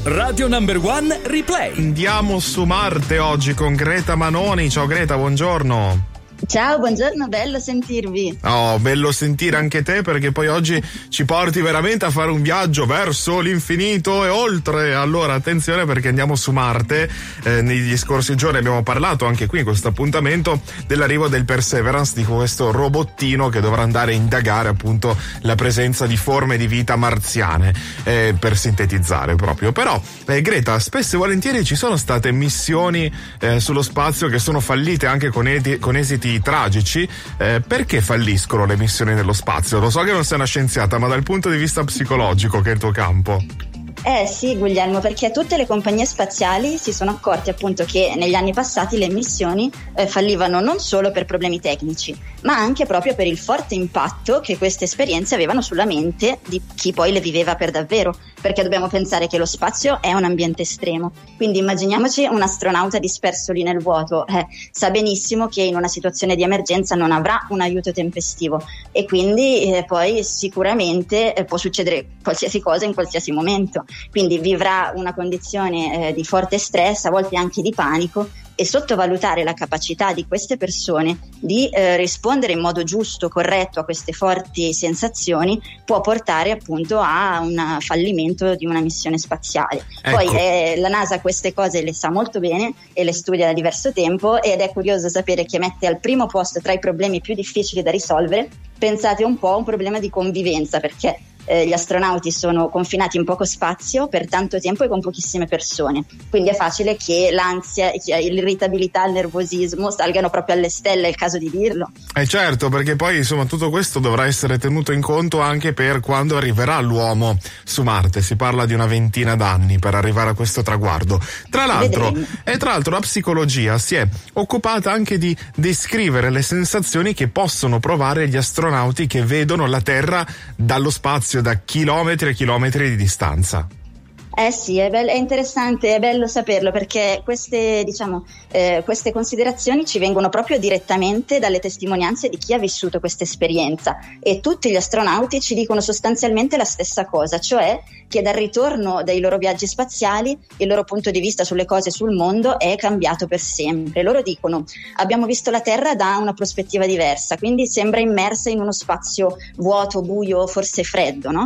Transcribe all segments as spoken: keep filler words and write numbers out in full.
Radio Number One Replay. Andiamo su Marte oggi con Greta Manoni. Ciao Greta, buongiorno. Ciao, buongiorno, bello sentirvi. Oh, bello sentire anche te, perché poi oggi ci porti veramente a fare un viaggio verso l'infinito e oltre. Allora attenzione, perché andiamo su Marte. Eh, negli scorsi giorni abbiamo parlato anche qui in questo appuntamento dell'arrivo del Perseverance, di questo robottino che dovrà andare a indagare appunto la presenza di forme di vita marziane, eh, per sintetizzare proprio. Però eh, Greta, spesso e volentieri ci sono state missioni eh, sullo spazio che sono fallite anche con, edi- con esiti tragici. Eh, perché falliscono le missioni nello spazio? Lo so che non sei una scienziata, ma dal punto di vista psicologico, che è il tuo campo. Eh sì, Guglielmo, perché tutte le compagnie spaziali si sono accorte appunto che negli anni passati le missioni eh, fallivano non solo per problemi tecnici, ma anche proprio per il forte impatto che queste esperienze avevano sulla mente di chi poi le viveva per davvero, perché dobbiamo pensare che lo spazio è un ambiente estremo. Quindi immaginiamoci un astronauta disperso lì nel vuoto, eh, sa benissimo che in una situazione di emergenza non avrà un aiuto tempestivo e quindi eh, poi sicuramente eh, può succedere qualsiasi cosa in qualsiasi momento. Quindi vivrà una condizione eh, di forte stress, a volte anche di panico, e sottovalutare la capacità di queste persone di eh, rispondere in modo giusto, corretto a queste forti sensazioni può portare appunto a un fallimento di una missione spaziale. Ecco. Poi eh, la NASA queste cose le sa molto bene e le studia da diverso tempo, ed è curioso sapere che mette al primo posto tra i problemi più difficili da risolvere, pensate un po', un problema di convivenza, perché Eh, gli astronauti sono confinati in poco spazio per tanto tempo e con pochissime persone, quindi è facile che l'ansia, l'irritabilità, il nervosismo salgano proprio alle stelle, è il caso di dirlo. Eh certo, perché poi insomma tutto questo dovrà essere tenuto in conto anche per quando arriverà l'uomo su Marte. Si parla di una ventina d'anni per arrivare a questo traguardo. Tra l'altro, e tra l'altro la psicologia si è occupata anche di descrivere le sensazioni che possono provare gli astronauti che vedono la Terra dallo spazio, da chilometri e chilometri di distanza. Eh sì, è, be- è interessante, è bello saperlo, perché queste, diciamo, eh, queste considerazioni ci vengono proprio direttamente dalle testimonianze di chi ha vissuto questa esperienza, e tutti gli astronauti ci dicono sostanzialmente la stessa cosa, cioè che dal ritorno dai loro viaggi spaziali il loro punto di vista sulle cose, sul mondo è cambiato per sempre. Loro dicono: abbiamo visto la Terra da una prospettiva diversa, quindi sembra immersa in uno spazio vuoto, buio, forse freddo, no?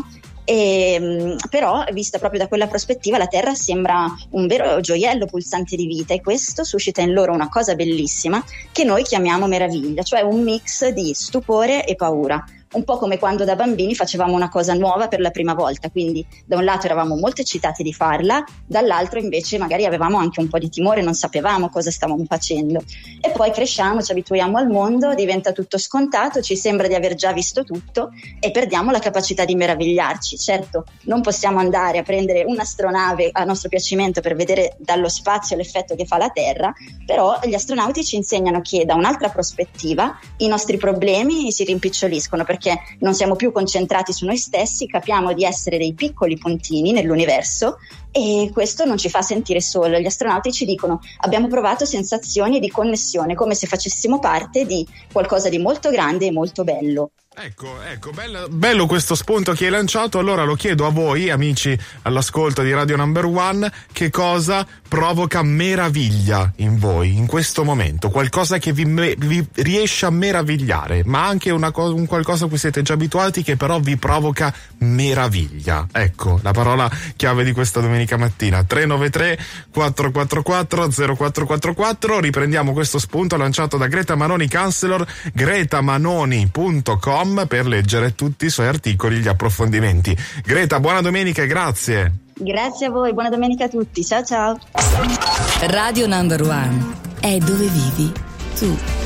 E, però vista proprio da quella prospettiva la Terra sembra un vero gioiello pulsante di vita, e questo suscita in loro una cosa bellissima che noi chiamiamo meraviglia, cioè un mix di stupore e paura. Un po' come quando da bambini facevamo una cosa nuova per la prima volta, quindi da un lato eravamo molto eccitati di farla, dall'altro invece magari avevamo anche un po' di timore, non sapevamo cosa stavamo facendo. E poi cresciamo, ci abituiamo al mondo, diventa tutto scontato, ci sembra di aver già visto tutto e perdiamo la capacità di meravigliarci. Certo, non possiamo andare a prendere un'astronave a nostro piacimento per vedere dallo spazio l'effetto che fa la Terra, però gli astronauti ci insegnano che da un'altra prospettiva i nostri problemi si rimpiccioliscono, perché non siamo più concentrati su noi stessi, capiamo di essere dei piccoli puntini nell'universo, e questo non ci fa sentire solo. Gli astronauti ci dicono: abbiamo provato sensazioni di connessione, come se facessimo parte di qualcosa di molto grande e molto bello. Ecco, ecco, bello, bello questo spunto che hai lanciato. Allora lo chiedo a voi, amici all'ascolto di Radio Number One, che cosa provoca meraviglia in voi in questo momento? Qualcosa che vi, me, vi riesce a meravigliare, ma anche una co- un qualcosa a cui siete già abituati che però vi provoca meraviglia. Ecco, la parola chiave di questa domenica mattina. tre nove tre quattro quattro quattro zero quattro quattro quattro. Riprendiamo questo spunto lanciato da Greta Manoni, counselor, greta manoni punto com, per leggere tutti i suoi articoli, gli approfondimenti. Greta, buona domenica e grazie. Grazie a voi, buona domenica a tutti. Ciao ciao. Radio Number One è dove vivi tu.